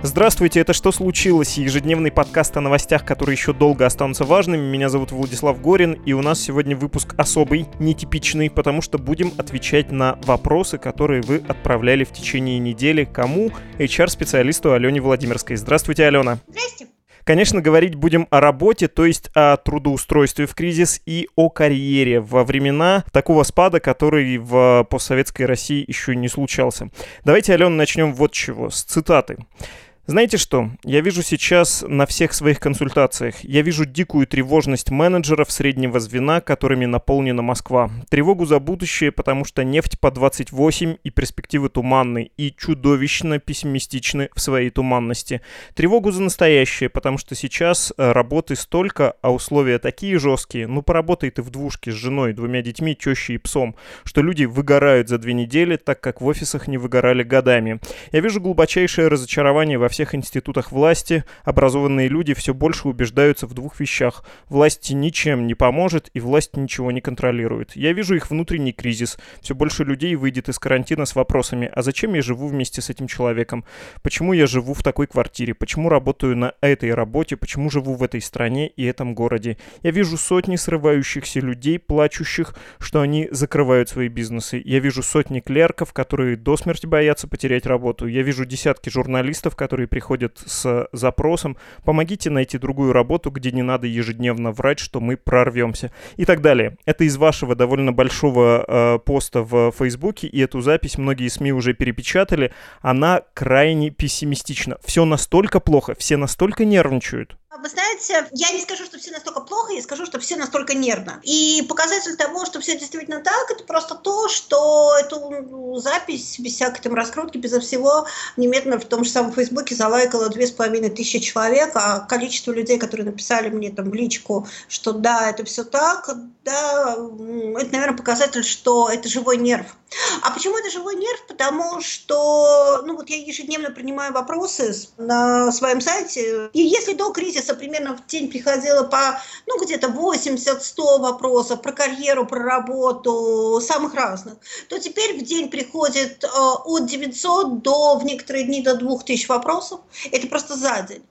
Здравствуйте, это «Что случилось?» Ежедневный подкаст о новостях, которые еще долго останутся важными. Меня зовут Владислав Горин, и у нас сегодня выпуск особый, нетипичный, потому что будем отвечать на вопросы, которые вы отправляли в течение недели. Кому? HR-специалисту Алене Владимирской. Здравствуйте, Алена. Здрасте. Конечно, говорить будем о работе, то есть о трудоустройстве в кризис и о карьере во времена такого спада, который в постсоветской России еще не случался. Давайте, Алена, начнем вот с чего, с цитаты. Знаете что? Я вижу сейчас на всех своих консультациях, я вижу дикую тревожность менеджеров среднего звена, которыми наполнена Москва. Тревогу за будущее, потому что нефть по 28 и перспективы туманны, и чудовищно пессимистичны в своей туманности. Тревогу за настоящее, потому что сейчас работы столько, а условия такие жесткие, поработай ты в двушке с женой, 2 детьми, тещей и псом, что люди выгорают за 2 недели, так как в офисах не выгорали годами. Я вижу глубочайшее разочарование во всех институтах власти. Образованные люди все больше убеждаются в 2 вещах. Власть ничем не поможет, и власть ничего не контролирует. Я вижу их внутренний кризис. Все больше людей выйдет из карантина с вопросами: а зачем я живу вместе с этим человеком? Почему я живу в такой квартире? Почему работаю на этой работе? Почему живу в этой стране и этом городе? Я вижу сотни срывающихся людей, плачущих, что они закрывают свои бизнесы. Я вижу сотни клерков, которые до смерти боятся потерять работу. Я вижу десятки журналистов, которые приходят с запросом: помогите найти другую работу, где не надо ежедневно врать, что мы прорвемся, и так далее. Это из вашего довольно большого поста в Фейсбуке, и эту запись многие СМИ уже перепечатали. Она крайне пессимистична. Все настолько плохо, все настолько нервничают. Вы знаете, я не скажу, что все настолько плохо, я скажу, что все настолько нервно. И показатель того, что все действительно так, это просто то, что эту запись без всякой там раскрутки, безо всего, немедленно в том же самом Фейсбуке залайкало 2500 человек, а количество людей, которые написали мне там в личку, что да, это все так, да, это, наверное, показатель, что это живой нерв. А почему это живой нерв? Потому что, я ежедневно принимаю вопросы на своем сайте, и если до кризиса примерно в день приходило по, где-то 80-100 вопросов про карьеру, про работу, самых разных, то теперь в день приходит от 900 до, в некоторые дни, до 2000 вопросов. Это просто за день.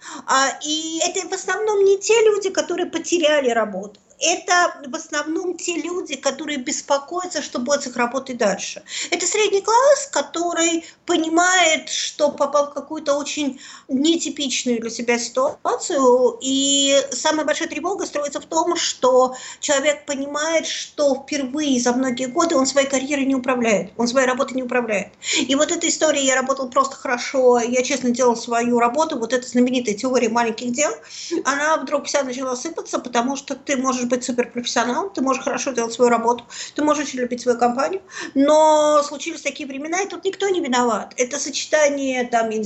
И это в основном не те люди, которые потеряли работу. Это в основном те люди, которые беспокоятся, что будет с их работой дальше. Это средний класс, который понимает, что попал в какую-то очень нетипичную для себя ситуацию. И самая большая тревога строится в том, что человек понимает, что впервые за многие годы он своей карьерой не управляет, он своей работой не управляет. И вот эта история: я работал просто хорошо, я честно делал свою работу, вот эта знаменитая теория маленьких дел, она вдруг вся начала сыпаться, потому что ты можешь быть суперпрофессионалом, ты можешь хорошо делать свою работу, ты можешь очень любить свою компанию, но случились такие времена, и тут никто не виноват. Это сочетание,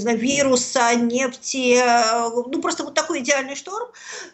вируса, нефти, просто вот такой идеальный шторм.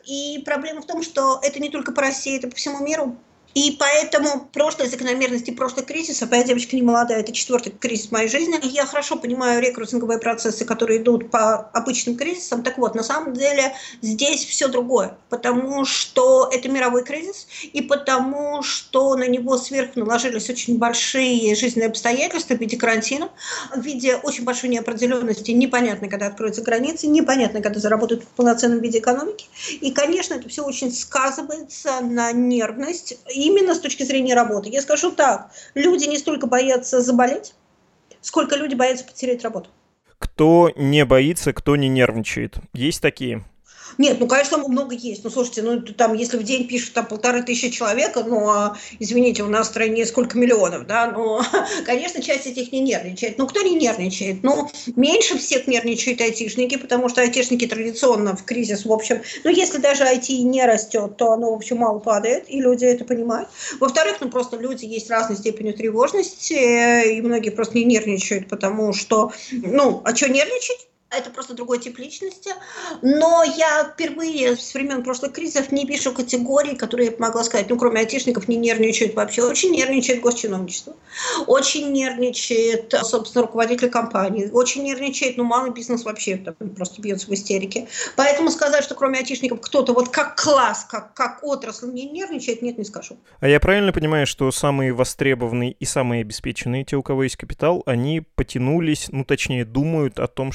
И проблема в том, что это не только по России, это по всему миру. И поэтому прошлые закономерности прошлых кризисов, я девочка не молодая, это 4-й кризис в моей жизни, и я хорошо понимаю рекрутинговые процессы, которые идут по обычным кризисам. Так вот, на самом деле здесь все другое, потому что это мировой кризис, и потому что на него сверху наложились очень большие жизненные обстоятельства в виде карантина, в виде очень большой неопределенности, непонятно, когда откроются границы, непонятно, когда заработают в полноценном виде экономики. И, конечно, это все очень сказывается на нервность, именно с точки зрения работы. Я скажу так: люди не столько боятся заболеть, сколько люди боятся потерять работу. Кто не боится, кто не нервничает? Есть такие? Нет, конечно, много есть. Слушайте, если в день пишут 1500 человек, извините, у нас в стране сколько миллионов, да, конечно, часть этих не нервничает. Кто не нервничает? Меньше всех нервничают айтишники, потому что айтишники традиционно в кризис, в общем, если даже IT не растет, то оно, в общем, мало падает, и люди это понимают. Во-вторых, просто люди есть разной степени тревожности, и многие просто не нервничают, потому что, а что нервничать? Это просто другой тип личности. Но я впервые с времен прошлых кризисов не вижу категорий, которые я бы могла сказать, кроме айтишников, не нервничают вообще. Очень нервничает госчиновничество, очень нервничает, собственно, руководитель компании, очень нервничает, малый бизнес вообще просто бьется в истерике. Поэтому сказать, что кроме айтишников кто-то как класс, как отрасль не нервничает, нет, не скажу. А я правильно понимаю, что самые востребованные и самые обеспеченные, те, у кого есть капитал, они потянулись, точнее, думают о том, чтобы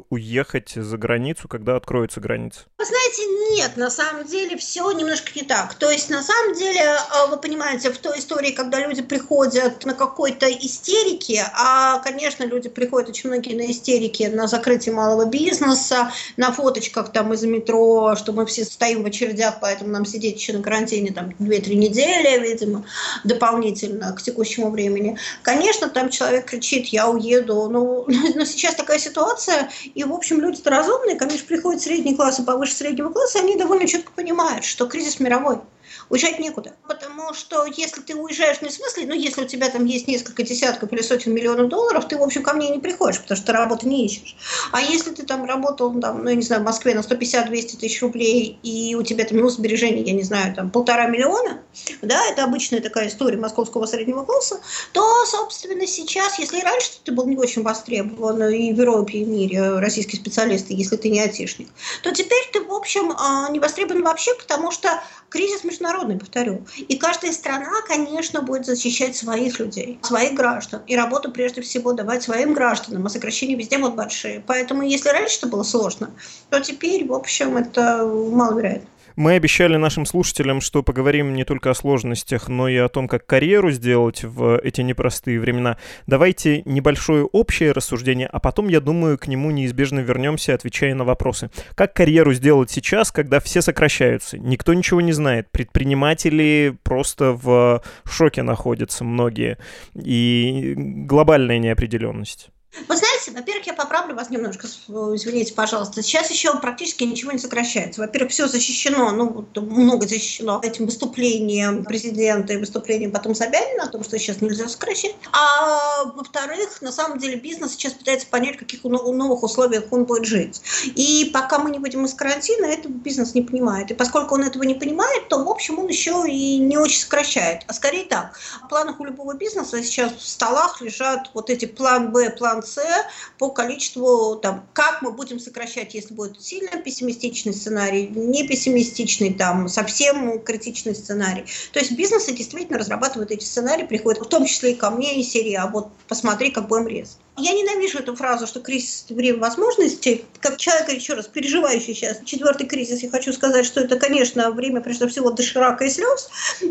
уехать за границу, когда откроются границы? Вы знаете, нет, на самом деле все немножко не так. То есть, на самом деле, вы понимаете, в той истории, когда люди приходят на какой-то истерике, а, конечно, люди приходят очень многие на истерике, на закрытие малого бизнеса, на фоточках там из метро, что мы все стоим в очередях, поэтому нам сидеть еще на карантине там 2-3 недели, видимо, дополнительно к текущему времени. Конечно, там человек кричит: я уеду. Но сейчас такая ситуация, и, в общем, люди-то разумные, конечно, приходят средний класс и повыше среднего класса, они довольно четко понимают, что кризис мировой. Уезжать некуда. Потому что если ты уезжаешь, не в смысле, если у тебя там есть несколько десятков или сотен миллионов долларов, ты, в общем, ко мне не приходишь, потому что ты работы не ищешь. А если ты там работал, я не знаю, в Москве на 150-200 тысяч рублей, и у тебя там сбережений, я не знаю, там 1,5 миллиона, да, это обычная такая история московского среднего класса, то, собственно, сейчас, если раньше ты был не очень востребован и в Европе, и в мире российские специалисты, если ты не айтишник, то теперь ты, в общем, не востребован вообще, потому что кризис международный, повторю. И каждая страна, конечно, будет защищать своих людей, своих граждан. И работу прежде всего давать своим гражданам, а сокращения везде будут большие. Поэтому если раньше это было сложно, то теперь, в общем, это маловероятно. Мы обещали нашим слушателям, что поговорим не только о сложностях, но и о том, как карьеру сделать в эти непростые времена. Давайте небольшое общее рассуждение, а потом, я думаю, к нему неизбежно вернемся, отвечая на вопросы. Как карьеру сделать сейчас, когда все сокращаются? Никто ничего не знает. Предприниматели просто в шоке находятся многие. И глобальная неопределенность. Вы знаете, во-первых, я поправлю вас немножко, извините, пожалуйста. Сейчас еще практически ничего не сокращается. Во-первых, все защищено, много защищено этим выступлением президента и выступлением потом Собянина о том, что сейчас нельзя сокращать. А во-вторых, на самом деле бизнес сейчас пытается понять, в каких новых условиях он будет жить. И пока мы не выйдем из карантина, этот бизнес не понимает. И поскольку он этого не понимает, то, в общем, он еще и не очень сокращает. А скорее так. В планах у любого бизнеса сейчас в столах лежат вот эти план Б, план С по количеству, как мы будем сокращать, если будет сильно пессимистичный сценарий, не пессимистичный, совсем критичный сценарий. То есть бизнесы действительно разрабатывают эти сценарии, приходят в том числе и ко мне, и серии, а вот посмотри, как будем резать. Я ненавижу эту фразу, что кризис – это время возможностей. Как человек, еще раз, переживающий сейчас 4-й кризис, я хочу сказать, что это, конечно, время, прежде всего, доширака и слез.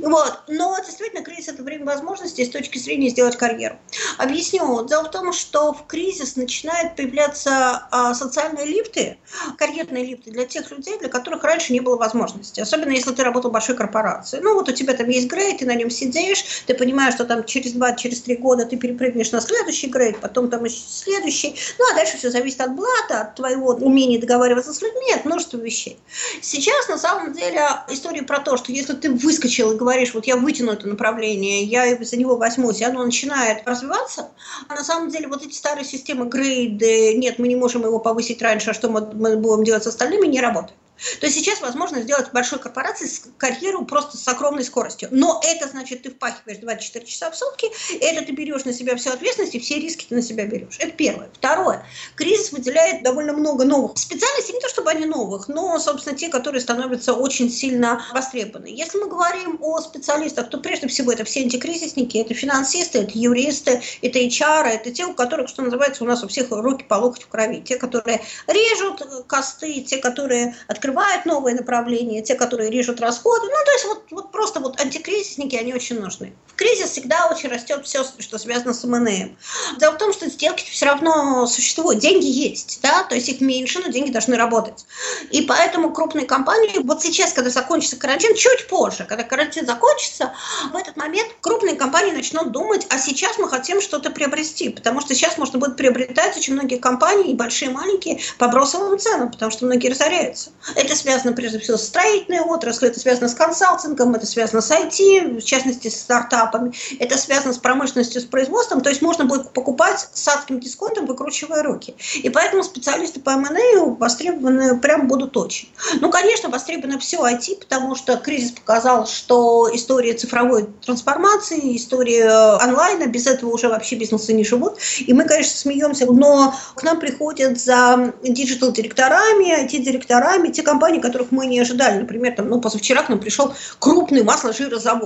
Но действительно, кризис – это время возможностей с точки зрения сделать карьеру. Объясню. Дело в том, что в кризис начинают появляться социальные лифты, карьерные лифты для тех людей, для которых раньше не было возможности. Особенно, если ты работал в большой корпорации. У тебя там есть грейд, ты на нем сидишь, ты понимаешь, что там через 2-3 года ты перепрыгнешь на следующий грейд, потом там еще следующий. А дальше все зависит от блата, от твоего умения договариваться с людьми, от множества вещей. Сейчас, на самом деле, история про то, что если ты выскочил и говоришь, вот я вытяну это направление, я за него возьмусь, и оно начинает развиваться, а на самом деле вот эти старые системы грейды, нет, мы не можем его повысить раньше, а что мы будем делать с остальными, не работают. То есть сейчас возможно сделать в большой корпорации карьеру просто с огромной скоростью. Но это значит, ты впахиваешь 24 часа в сутки, это ты берешь на себя всю ответственность, и все риски ты на себя берешь. Это первое. Второе. Кризис выделяет довольно много новых специальностей, не то чтобы они новых, но, собственно, те, которые становятся очень сильно востребованы. Если мы говорим о специалистах, то прежде всего это все антикризисники, это финансисты, это юристы, это HR, это те, у которых, что называется, у нас у всех руки по локоть в крови. Те, которые режут косты, те, которые открывают новые направления, те, которые режут расходы. То есть просто антикризисники, они очень нужны. В кризис всегда очень растет все, что связано с МНМ. Дело в том, что сделки все равно существуют, деньги есть, да, то есть их меньше, но деньги должны работать. И поэтому крупные компании, вот сейчас, когда закончится карантин, чуть позже, когда карантин закончится, в этот момент крупные компании начнут думать, а сейчас мы хотим что-то приобрести, потому что сейчас можно будет приобретать очень многие компании, и большие, и маленькие, по бросовым ценам, потому что многие разоряются. Это связано прежде всего с строительной отраслью, это связано с консалтингом, это связано с IT, в частности с стартапами, это связано с промышленностью, с производством, то есть можно будет покупать с адским дисконтом, выкручивая руки. И поэтому специалисты по M&A востребованы прям будут очень. Конечно, востребовано все IT, потому что кризис показал, что история цифровой трансформации, история онлайна, без этого уже вообще бизнесы не живут. И мы, конечно, смеемся, но к нам приходят за диджитал-директорами, IT-директорами, те компании, которых мы не ожидали. Например, позавчера к нам пришел крупный масло-жирозавод.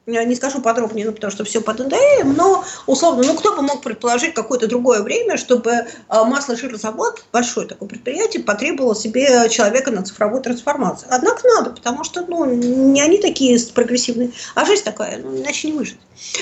я не скажу подробнее, потому что все под НДА, но условно, кто бы мог предположить какое-то другое время, чтобы масло-жирозавод, большое такое предприятие, потребовало себе человека на цифровой трансформации. Однако надо, потому что не они такие прогрессивные, а жизнь такая, иначе не выжить.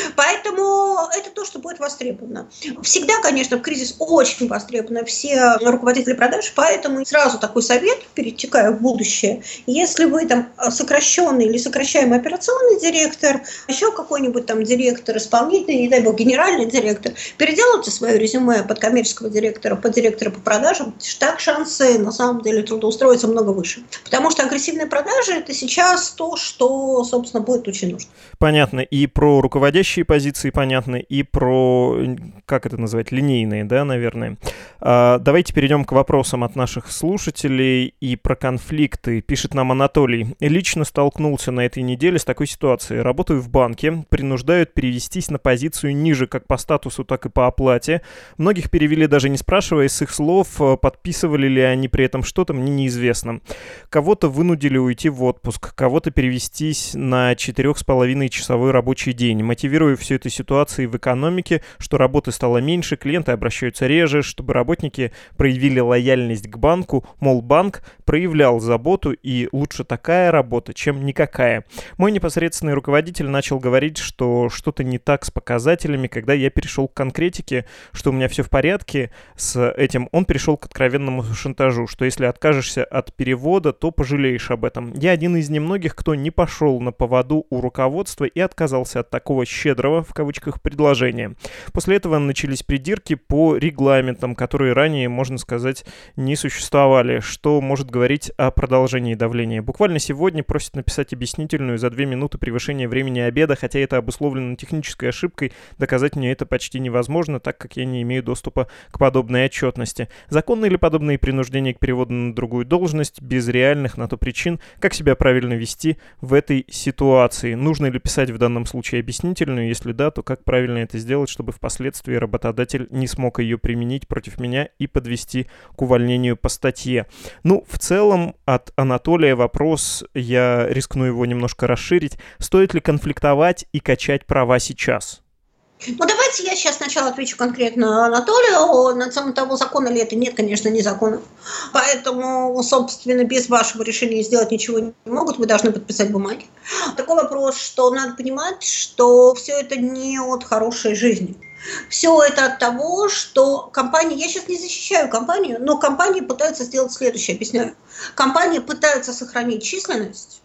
Поэтому это то, что будет востребовано. Всегда, конечно, в кризис очень востребованы все руководители продаж, поэтому сразу такой совет, перетекая в будущее, если вы там сокращенный или сокращаемый операционный директор, еще какой-нибудь там директор исполнительный, не дай бог, генеральный директор, переделайте свое резюме под коммерческого директора, под директора по продажам, так шансы на самом деле трудоустроиться много выше. Потому что агрессивные продажи – это сейчас то, что, собственно, будет очень нужно. Понятно. И про руководящие позиции понятно, и про, как это называть, линейные, да, наверное. Давайте перейдем к вопросам от наших слушателей и про конфликты. Пишет нам Анатолий. Лично столкнулся на этой неделе с такой ситуацией. Работаю в банке, принуждают перевестись на позицию ниже как по статусу, так и по оплате. Многих перевели даже не спрашивая с их слов, подписывали ли они при этом что-то, мне неизвестно. Кого-то вынудили уйти в отпуск, кого-то перевестись на 4,5-часовой рабочий день. Мотивирую всю эту ситуацию в экономике, что работы стало меньше, клиенты обращаются реже, чтобы работники проявили лояльность к банку, мол, банк проявлял заботу, и лучше такая работа, чем никакая. Мой непосредственный руководитель начал говорить, что что-то не так с показателями, когда я перешел к конкретике, что у меня все в порядке с этим. Он перешел к откровенному шантажу, что если откажешься от перевода, то пожалеешь об этом. Я один из немногих, кто не пошел на поводу у руководства и отказался от такого щедрого, в кавычках, предложения. После этого начались придирки по регламентам, которые ранее, можно сказать, не существовали, что может говорить о продолжении давления. Буквально сегодня просят написать объяснительную за 2 минуты превышения времени обеда, хотя это обусловлено технической ошибкой, доказать мне это почти невозможно, так как я не имею доступа к подобной отчетности. Законны ли подобные принуждения к переводу на другую должность без реальных на то причин? Как себя правильно вести в этой ситуации? Нужно ли писать в данном случае объяснительную? Если да, то как правильно это сделать, чтобы впоследствии работодатель не смог ее применить против меня и подвести к увольнению по статье? В целом, от Анатолия вопрос, я рискну его немножко расширить. Стоит ли конфликтовать и качать права сейчас? Давайте я сейчас сначала отвечу конкретно Анатолию. На самом того, законно ли это? Нет, конечно, не законно. Поэтому, собственно, без вашего решения сделать ничего не могут. Вы должны подписать бумаги. Такой вопрос, что надо понимать, что все это не от хорошей жизни. Все это от того, что компания, я сейчас не защищаю компанию, но компании пытаются сделать следующее, объясняю. Компании пытаются сохранить численность,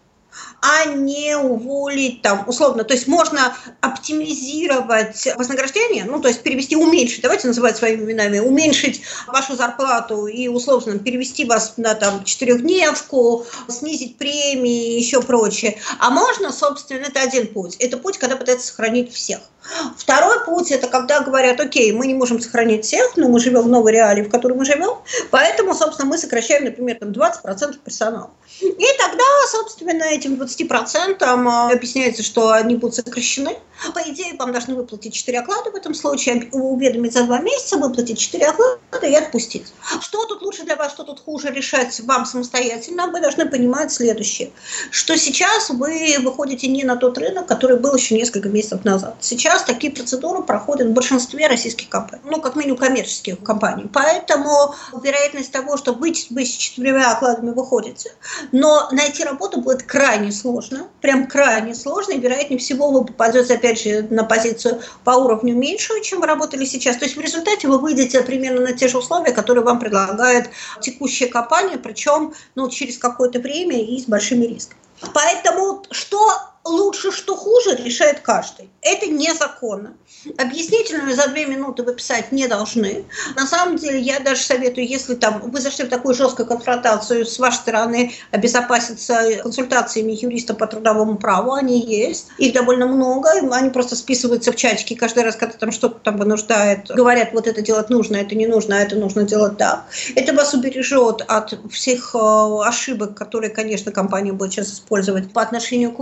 а не уволить там, условно. То есть можно оптимизировать вознаграждение, то есть перевести, уменьшить, давайте называть своими именами, уменьшить вашу зарплату и, условно, перевести вас на там 4-дневку, снизить премии и еще прочее. А можно, собственно, это один путь. Это путь, когда пытаются сохранить всех. Второй путь – это когда говорят, окей, мы не можем сохранить всех, но мы живем в новой реалии, в которой мы живем, поэтому, собственно, мы сокращаем, например, 20% персонала. И тогда, собственно, этим 20% объясняется, что они будут сокращены. По идее, вам должны выплатить 4 оклада в этом случае, уведомить за 2 месяца, выплатить 4 оклада и отпустить. Что тут лучше для вас, что тут хуже, решать вам самостоятельно. Вы должны понимать следующее, что сейчас вы выходите не на тот рынок, который был еще несколько месяцев назад. Сейчас такие процедуры проходят в большинстве российских компаний, как минимум коммерческих компаний. Поэтому вероятность того, что вы с 4 окладами выходите, но найти работу будет крайне сложно, прям крайне сложно, и вероятнее всего вы попадете, опять же, на позицию по уровню меньшую, чем вы работали сейчас. То есть в результате вы выйдете примерно на те же условия, которые вам предлагает текущая компания, причем через какое-то время и с большими рисками. Поэтому что лучше, что хуже, решает каждый. Это незаконно. Объяснительную за 2 минуты вы писать не должны. На самом деле, я даже советую, если вы зашли в такую жесткую конфронтацию, с вашей стороны обезопаситься консультациями юриста по трудовому праву, они есть. Их довольно много, они просто списываются в чатике каждый раз, когда там что-то там вынуждает. Говорят, вот это делать нужно, это не нужно, а это нужно делать так. Это вас убережет от всех ошибок, которые, конечно, компания будет сейчас использовать по отношению к вам.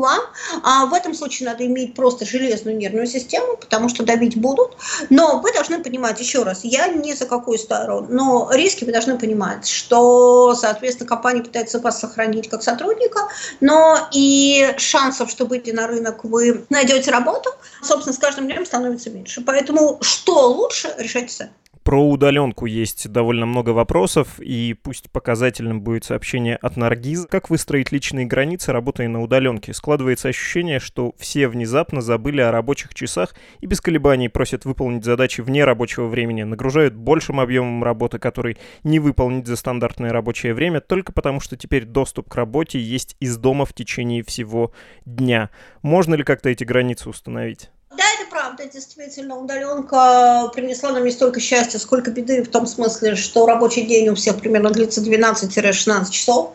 А в этом случае надо иметь просто железную нервную систему, потому что давить будут. Но вы должны понимать, еще раз, я не за какую сторону, но риски вы должны понимать, что, соответственно, компания пытается вас сохранить как сотрудника, но и шансов, что выйдя на рынок, вы найдете работу, собственно, с каждым днем становится меньше. Поэтому что лучше, решайте сами. Про удаленку есть довольно много вопросов, и пусть показательным будет сообщение от Наргиз. Как выстроить личные границы, работая на удаленке? Складывается ощущение, что все внезапно забыли о рабочих часах и без колебаний просят выполнить задачи вне рабочего времени, нагружают большим объемом работы, который не выполнить за стандартное рабочее время, только потому что теперь доступ к работе есть из дома в течение всего дня. Можно ли как-то эти границы установить? Да, это правда, действительно, удаленка принесла нам не столько счастья, сколько беды, в том смысле, что рабочий день у всех примерно длится 12-16 часов,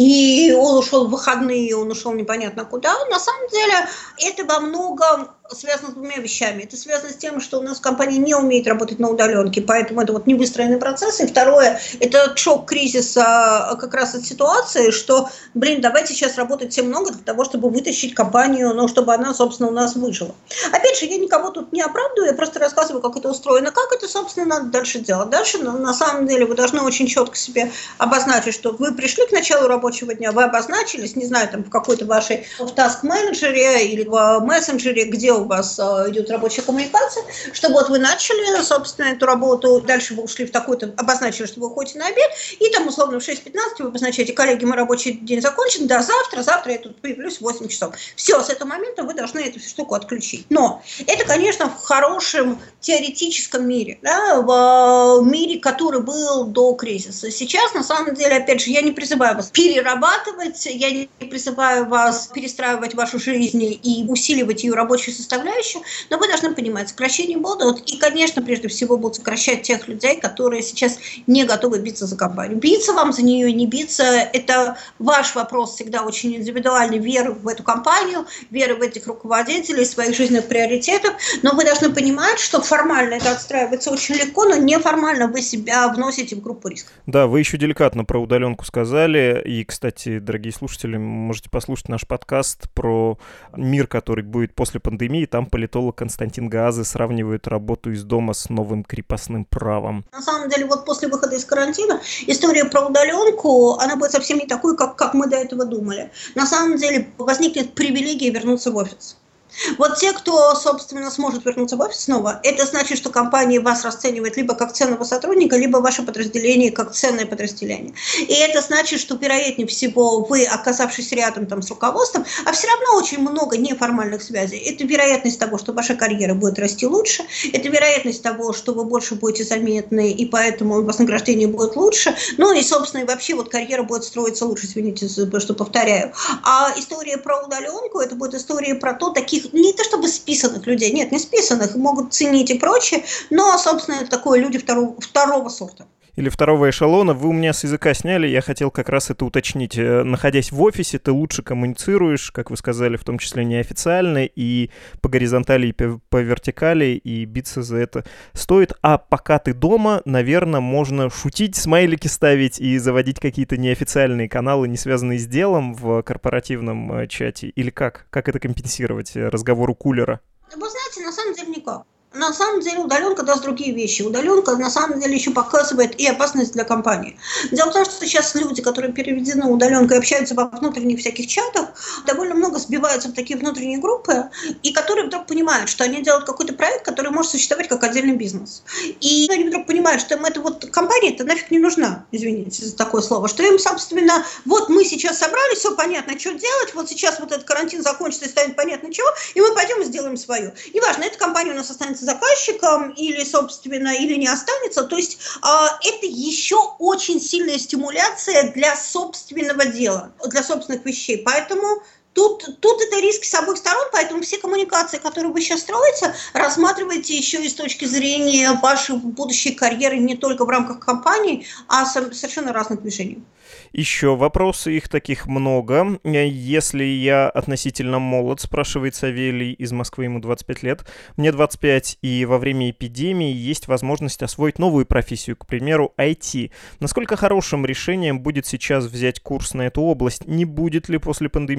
и он ушел в выходные, он ушел непонятно куда. На самом деле это во многом связано с двумя вещами. Это связано с тем, что у нас компания не умеет работать на удаленке, поэтому это вот не выстроенный процесс. И второе, это шок кризиса как раз от ситуации, что, давайте сейчас работать все много для того, чтобы вытащить компанию, чтобы она, собственно, у нас выжила. Опять же, я никого тут не оправдываю, я просто рассказываю, как это устроено, как это, собственно, надо дальше делать. Дальше, на самом деле, вы должны очень четко себе обозначить, что вы пришли к началу рабочего дня, вы обозначились, не знаю, там в какой-то вашей в таск-менеджере или в мессенджере, где у вас идет рабочая коммуникация, чтобы вот вы начали, собственно, эту работу, дальше вы ушли в такой-то, обозначили, что вы уходите на обед, и там, условно, в 6:15 вы обозначаете: коллеги, мой рабочий день закончен, до завтра я тут появлюсь в 8 часов. Все, с этого момента вы должны эту штуку отключить. Но это, конечно, в хорошем теоретическом мире, да, в мире, который был до кризиса. Сейчас, на самом деле, опять же, я не призываю вас перерабатывать, я не призываю вас перестраивать вашу жизнь и усиливать ее рабочую составляющую, но вы должны понимать, сокращения будут, и, конечно, прежде всего будут сокращать тех людей, которые сейчас не готовы биться за компанию. Биться вам за нее, не биться, это ваш вопрос всегда очень индивидуальный, веры в эту компанию, веры в этих руководителей, своих жизненных приоритетов, но вы должны понимать, что формально это отстраивается очень легко, но неформально вы себя вносите в группу риска. Да, вы еще деликатно про удаленку сказали, и, кстати, дорогие слушатели, можете послушать наш подкаст про мир, который будет после пандемии. Там политолог Константин Гаазы сравнивает работу из дома с новым крепостным правом. На самом деле, вот после выхода из карантина история про удаленку, она будет совсем не такой, как мы до этого думали. На самом деле возникнет привилегия вернуться в офис. Вот те, кто, собственно, сможет вернуться в офис снова, это значит, что компания вас расценивает либо как ценного сотрудника, либо ваше подразделение как ценное подразделение. И это значит, что, вероятнее всего, вы, оказавшись рядом там с руководством, а все равно очень много неформальных связей. Это вероятность того, что ваша карьера будет расти лучше, это вероятность того, что вы больше будете заметны, и поэтому вознаграждение будет лучше. Ну и, собственно, и вообще вот карьера будет строиться лучше, извините, что повторяю. А история про удаленку, это будет история про то, таких не то чтобы списанных людей, нет, не списанных, могут ценить и прочее, но, собственно, это такое люди второго сорта. Или второго эшелона. Вы у меня с языка сняли, я хотел как раз это уточнить. Находясь в офисе, ты лучше коммуницируешь, как вы сказали, в том числе неофициально, и по горизонтали, и по вертикали, и биться за это стоит. А пока ты дома, наверное, можно шутить, смайлики ставить и заводить какие-то неофициальные каналы, не связанные с делом в корпоративном чате. Или как? Как это компенсировать? Разговор у кулера? Вы знаете, на самом деле никак. На самом деле удаленка даст другие вещи. Удаленка на самом деле еще показывает и опасность для компании. Дело в том, что сейчас люди, которые переведены удаленкой, общаются во внутренних всяких чатах, довольно много сбиваются в такие внутренние группы, и которые вдруг понимают, что они делают какой-то проект, который может существовать как отдельный бизнес. И они вдруг понимают, что им эта вот компания-то нафиг не нужна, извините за такое слово, что им, собственно, вот мы сейчас собрались, все понятно, что делать, вот сейчас вот этот карантин закончится и станет понятно чего, и мы пойдем и сделаем свое. Неважно, эта компания у нас останется заказчиком или, собственно, или не останется. То есть это еще очень сильная стимуляция для собственного дела, для собственных вещей. Поэтому тут это риски с обоих сторон, поэтому все коммуникации, которые вы сейчас строите, рассматривайте еще и с точки зрения вашей будущей карьеры не только в рамках компании, а совершенно разных движений. Еще вопросы, их таких много. Если я относительно молод, спрашивает Савелий из Москвы, ему 25 лет. Мне 25, и во время эпидемии есть возможность освоить новую профессию, к примеру, IT. Насколько хорошим решением будет сейчас взять курс на эту область? Не будет ли после пандемии переизбытка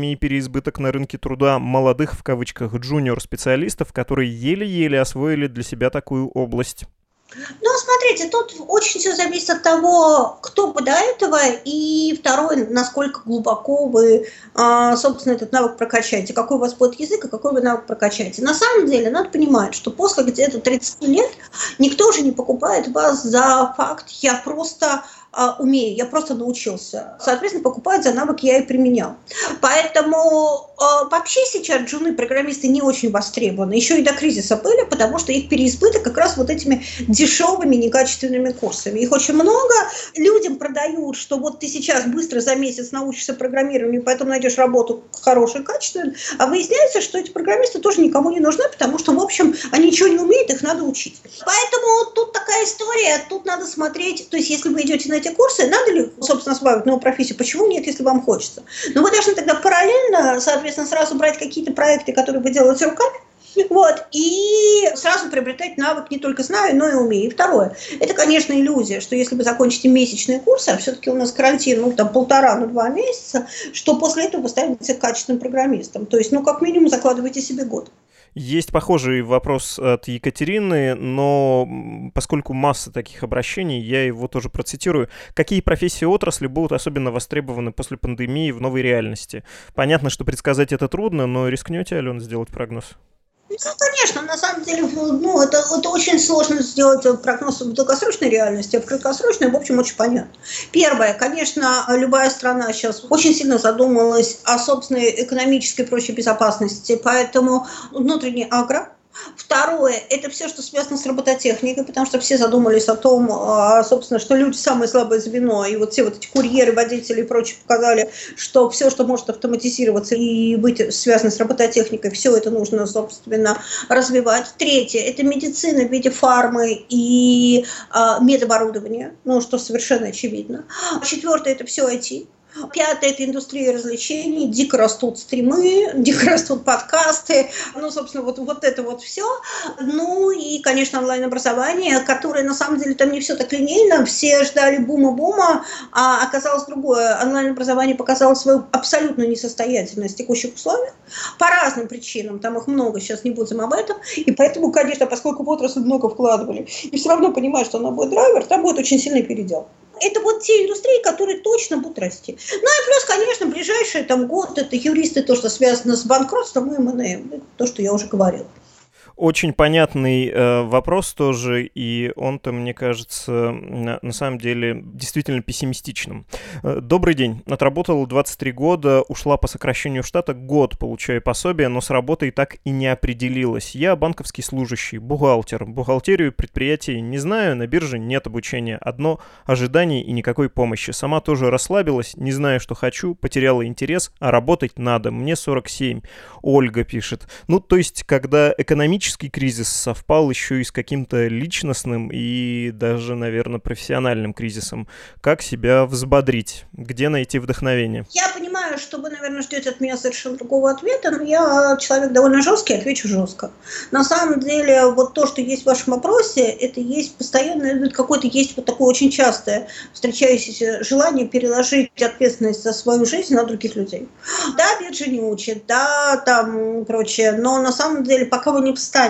переизбыток на рынке труда молодых, в кавычках, джуниор-специалистов, которые еле-еле освоили для себя такую область? Ну, смотрите, тут очень все зависит от того, кто вы до этого, и второе, насколько глубоко вы, собственно, этот навык прокачаете, какой у вас будет язык, и какой вы навык прокачаете. На самом деле, надо понимать, что после где-то 30 лет никто уже не покупает вас за факт «я просто умею, я просто научился». Соответственно, покупают за навык «я и применял». Поэтому вообще сейчас джуны-программисты не очень востребованы. Еще и до кризиса были, потому что их переизбыток как раз вот этими дешевыми, некачественными курсами. Их очень много. Людям продают, что вот ты сейчас быстро за месяц научишься программированию, поэтому найдешь работу хорошую, качественную. А выясняется, что эти программисты тоже никому не нужны, потому что, в общем, они ничего не умеют, их надо учить. Поэтому тут такая история, тут надо смотреть. То есть, если вы идете на эти курсы, надо ли, собственно, осваивать новую профессию? Почему нет, если вам хочется? Но вы должны тогда параллельно, соответственно, сразу брать какие-то проекты, которые вы делаете руками, вот, и сразу приобретать навык не только знаю, но и умею. И второе, это, конечно, иллюзия, что если вы закончите месячные курсы, а все-таки у нас карантин, ну, там, 1,5-2 месяца, что после этого вы станете качественным программистом. То есть, ну, как минимум, закладывайте себе год. Есть похожий вопрос от Екатерины, но поскольку масса таких обращений, я его тоже процитирую. Какие профессии отрасли будут особенно востребованы после пандемии в новой реальности? Понятно, что предсказать это трудно, но рискнете, Алена, сделать прогноз? Ну, конечно, на самом деле, ну, это очень сложно сделать прогноз в долгосрочной реальности, а в краткосрочной, в общем, очень понятно. Первое, конечно, любая страна сейчас очень сильно задумалась о собственной экономической и прочей безопасности, поэтому внутренний агро. Второе, это все, что связано с робототехникой, потому что все задумались о том, собственно, что люди самое слабое звено, и вот все вот эти курьеры, водители и прочее показали, что все, что может автоматизироваться и быть связано с робототехникой, все это нужно, собственно, развивать. Третье, это медицина в виде фармы и медоборудования, ну, что совершенно очевидно. Четвертое, это все IT. Пятое – это индустрия развлечений, дико растут стримы, дико растут подкасты, ну, собственно, вот это вот все. Ну и, конечно, онлайн-образование, которое, на самом деле, там не все так линейно, все ждали бума-бума, а оказалось другое. Онлайн-образование показало свою абсолютную несостоятельность в текущих условиях по разным причинам, там их много, сейчас не будем об этом, и поэтому, конечно, поскольку в отрасль много вкладывали, и все равно понимают, что она будет драйвер, там будет очень сильный передел. Это вот те индустрии, которые точно будут расти. Ну и плюс, конечно, ближайший там год, это юристы, то, что связано с банкротством и МНМ, то, что я уже говорила. Очень понятный вопрос тоже, и он-то, мне кажется, на самом деле действительно пессимистичным. Добрый день. Отработала 23 года, ушла по сокращению штата, год получаю пособие, но с работой так и не определилась. Я банковский служащий, бухгалтер. Бухгалтерию предприятия не знаю, на бирже нет обучения. Одно ожидание и никакой помощи. Сама тоже расслабилась, не знаю, что хочу, потеряла интерес, а работать надо. Мне 47. Ольга пишет. Ну, то есть, когда экономический кризис совпал еще и с каким-то личностным и даже, наверное, профессиональным кризисом. Как себя взбодрить? Где найти вдохновение? Я понимаю, что вы, наверное, ждете от меня совершенно другого ответа, но я человек довольно жесткий, отвечу жестко. На самом деле, вот то, что есть в вашем вопросе, это есть постоянно, какое-то есть вот такое очень частое встречающееся желание переложить ответственность за свою жизнь на других людей. Да, биржа не учит, да, там, прочее, но на самом деле, пока вы не встанете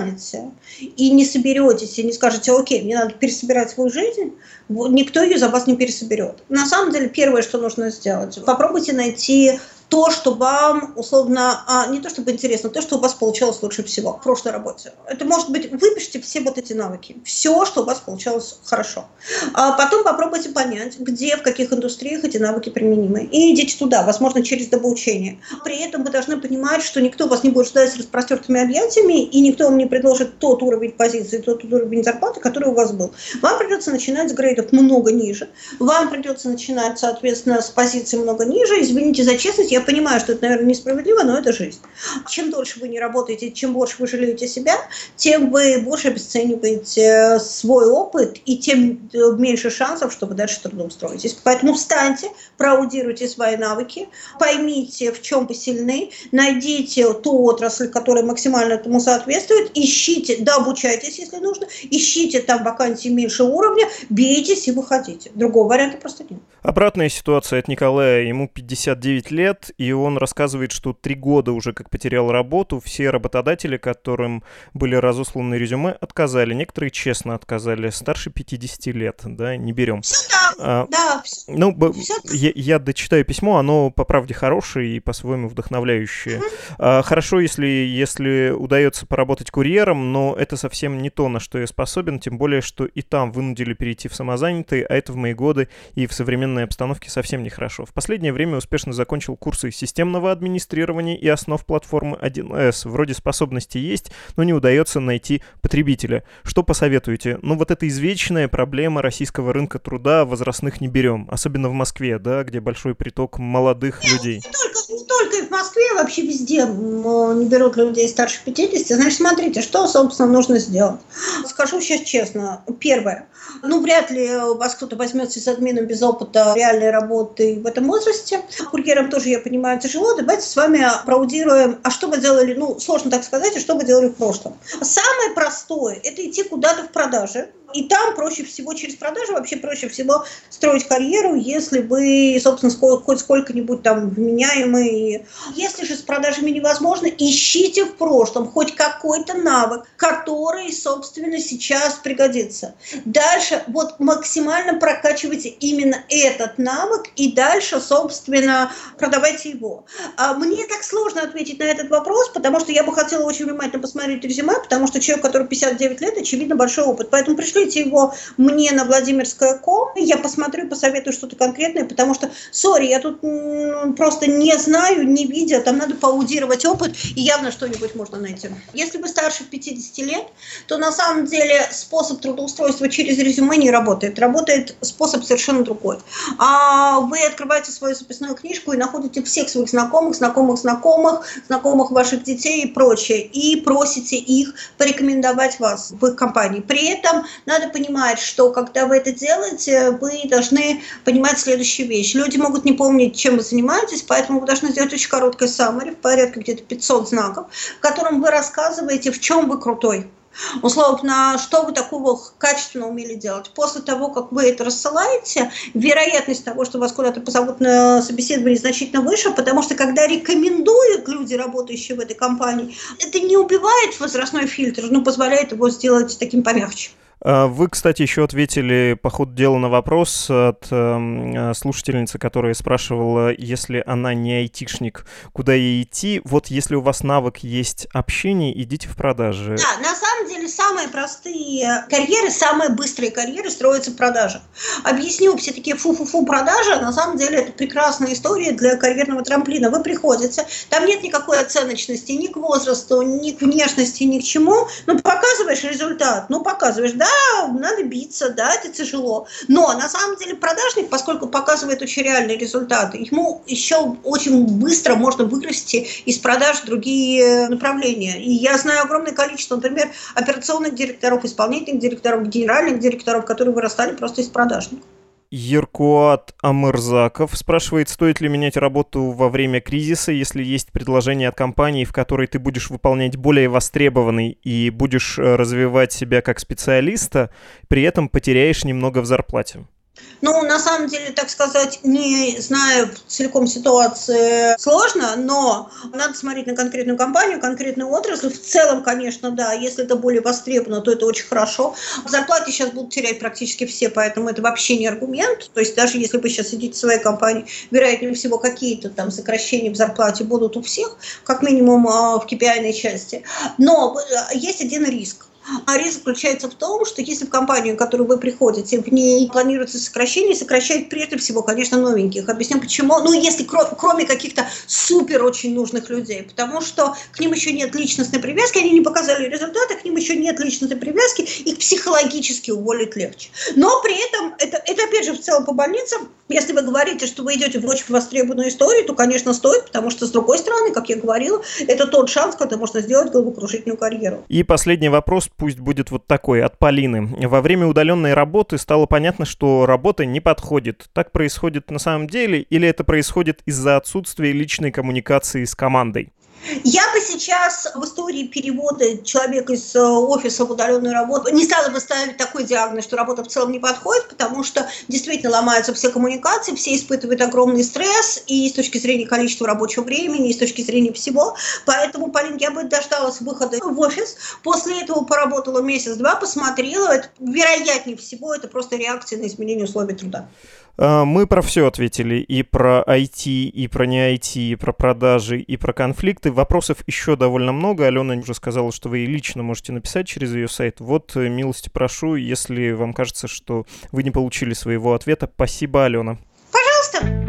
и не соберетесь, и не скажете: окей, мне надо пересобирать свою жизнь, никто ее за вас не пересоберет. На самом деле, первое, что нужно сделать, попробуйте найти то, что вам, условно, не то чтобы интересно, то, что у вас получалось лучше всего в прошлой работе. Это может быть, выпишите все вот эти навыки, все, что у вас получалось хорошо. А потом попробуйте понять, где, в каких индустриях эти навыки применимы. И идите туда, возможно, через обучение. При этом вы должны понимать, что никто вас не будет ждать с распростертыми объятиями, и никто вам не предложит тот уровень позиции, тот уровень зарплаты, который у вас был. Вам придется начинать с грейдов много ниже, вам придется начинать, соответственно, с позиции много ниже. Извините за честность, я понимаю, что это, наверное, несправедливо, но это жизнь. Чем дольше вы не работаете, чем больше вы жалеете себя, тем вы больше обесцениваете свой опыт, и тем меньше шансов, что вы дальше трудоустроитесь. Поэтому встаньте, проаудируйте свои навыки, поймите, в чем вы сильны, найдите ту отрасль, которая максимально этому соответствует, ищите, да, обучайтесь, если нужно, ищите там вакансии меньше уровня, бейтесь и выходите. Другого варианта просто нет. Обратная ситуация от Николая. Ему 59 лет, опыт, и он рассказывает, что 3 года уже как потерял работу, все работодатели, которым были разосланы резюме, отказали. Некоторые честно отказали. Старше 50 лет, да, не берем. Все так, да. Ну, я дочитаю письмо, оно по правде хорошее и по-своему вдохновляющее. Хорошо, если удается поработать курьером, но это совсем не то, на что я способен, тем более, что и там вынудили перейти в самозанятые, а это в мои годы и в современной обстановке совсем нехорошо. В последнее время успешно закончил курсы системного администрирования и основ платформы 1С. Вроде способности есть, но не удается найти потребителя. Что посоветуете? Ну, вот эта извечная проблема российского рынка труда, возрастных не берем, особенно в Москве, да, где большой приток молодых людей. Не только и в Москве, вообще везде не берут людей старше 50. Значит, смотрите, что, собственно, нужно сделать. Скажу сейчас честно. Первое. Вряд ли вас кто-то возьмет с админом без опыта реальной работы в этом возрасте. Курьерам тоже, я понимаю, тяжело. Давайте с вами проаудируем, а что вы делали, сложно так сказать, а что вы делали в прошлом. Самое простое – это идти куда-то в продажи. И там проще всего через продажи, вообще проще всего строить карьеру, если вы, собственно, хоть сколько-нибудь там вменяемый. Если же с продажами невозможно, ищите в прошлом хоть какой-то навык, который, собственно, сейчас пригодится. Дальше максимально прокачивайте именно этот навык и дальше, собственно, продавайте его. Мне так сложно ответить на этот вопрос, потому что я бы хотела очень внимательно посмотреть резюме, потому что человек, который 59 лет, очевидно, большой опыт. Поэтому пришлите его мне на Владимирская.ком, я посмотрю, посоветую что-то конкретное, потому что, я тут просто не знаю, не видя, там надо поаудировать опыт, и явно что-нибудь можно найти. Если вы старше 50 лет, то на самом деле способ трудоустройства через резюме не работает. Работает способ совершенно другой. Вы открываете свою записную книжку и находите всех своих знакомых ваших детей и прочее, и просите их порекомендовать вас в их компании. При этом надо понимать, что когда вы это делаете, вы должны понимать следующую вещь. Люди могут не помнить, чем вы занимаетесь, поэтому вы должны сделать очень короткое summary, в порядке где-то 500 знаков, в котором вы рассказываете, в чем вы крутой. Условно, что вы такого качественно умели делать. После того, как вы это рассылаете, вероятность того, что вас куда-то позовут на собеседование, значительно выше, потому что когда рекомендуют люди, работающие в этой компании, это не убивает возрастной фильтр, но позволяет его сделать таким помягче. Вы, кстати, еще ответили по ходу дела на вопрос от слушательницы, которая спрашивала, если она не айтишник, куда ей идти? Вот если у вас навык есть общение, идите в продажи. Да, на самом деле самые простые карьеры, самые быстрые карьеры строятся в продажах. Объясню, все такие фу-фу-фу продажи, на самом деле это прекрасная история для карьерного трамплина. Вы приходите, там нет никакой оценочности ни к возрасту, ни к внешности, ни к чему. Показываешь результат, показываешь, да, надо биться, да, это тяжело. Но на самом деле продажник, поскольку показывает очень реальные результаты, ему еще очень быстро можно вырасти из продаж в другие направления. И я знаю огромное количество, например, операционных директоров, исполнительных директоров, генеральных директоров, которые вырастали просто из продажников. Еркуат Амырзаков спрашивает, стоит ли менять работу во время кризиса, если есть предложение от компании, в которой ты будешь выполнять более востребованный и будешь развивать себя как специалиста, при этом потеряешь немного в зарплате. На самом деле, так сказать, не знаю целиком ситуации сложно, но надо смотреть на конкретную компанию, конкретную отрасль. В целом, конечно, да, если это более востребовано, то это очень хорошо. В зарплате сейчас будут терять практически все, поэтому это вообще не аргумент. То есть даже если вы сейчас сидите в своей компании, вероятнее всего какие-то там сокращения в зарплате будут у всех, как минимум в KPI-ной части. Но есть один риск. А риск заключается в том, что если в компанию, в которую вы приходите, в ней планируется сокращение, сокращают прежде всего, конечно, новеньких. Объясню почему. Если кроме каких-то супер очень нужных людей, потому что к ним еще нет личностной привязки, они не показали результаты, к ним еще нет личностной привязки, их психологически уволить легче. Но при этом, это опять же в целом по больницам, если вы говорите, что вы идете в очень востребованную историю, то, конечно, стоит, потому что, с другой стороны, как я говорила, это тот шанс, когда можно сделать головокружительную карьеру. И последний вопрос, пусть будет вот такой, от Полины. Во время удаленной работы стало понятно, что работа не подходит. Так происходит на самом деле или это происходит из-за отсутствия личной коммуникации с командой? Я бы сейчас в истории перевода человека из офиса в удаленную работу не стала бы ставить такой диагноз, что работа в целом не подходит, потому что действительно ломаются все коммуникации, все испытывают огромный стресс и с точки зрения количества рабочего времени, и с точки зрения всего. Поэтому, Полин, я бы дождалась выхода в офис, после этого поработала месяц-два, посмотрела. Это, вероятнее всего, это просто реакция на изменение условий труда. Мы про все ответили. И про IT, и про не IT, и про продажи, и про конфликты. Вопросов еще довольно много. Алена уже сказала, что вы лично можете написать через ее сайт. Вот, милости прошу, если вам кажется, что вы не получили своего ответа. Спасибо, Алена. Пожалуйста.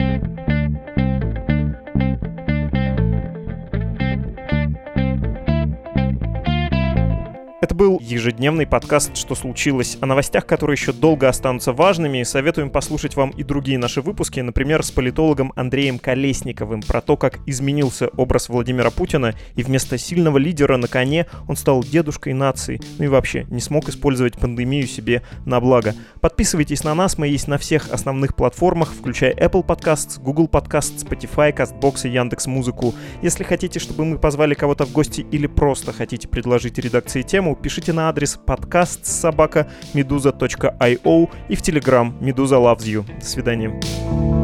Это был ежедневный подкаст «Что случилось?», о новостях, которые еще долго останутся важными. Советуем послушать вам и другие наши выпуски, например, с политологом Андреем Колесниковым, про то, как изменился образ Владимира Путина, и вместо сильного лидера на коне он стал дедушкой нации, ну и вообще не смог использовать пандемию себе на благо. Подписывайтесь на нас, мы есть на всех основных платформах, включая Apple Podcasts, Google Podcasts, Spotify, CastBox и Яндекс.Музыку. Если хотите, чтобы мы позвали кого-то в гости или просто хотите предложить редакции тему, пишите на адрес podcast@meduza.io и в Telegram Meduza Loves You. До свидания.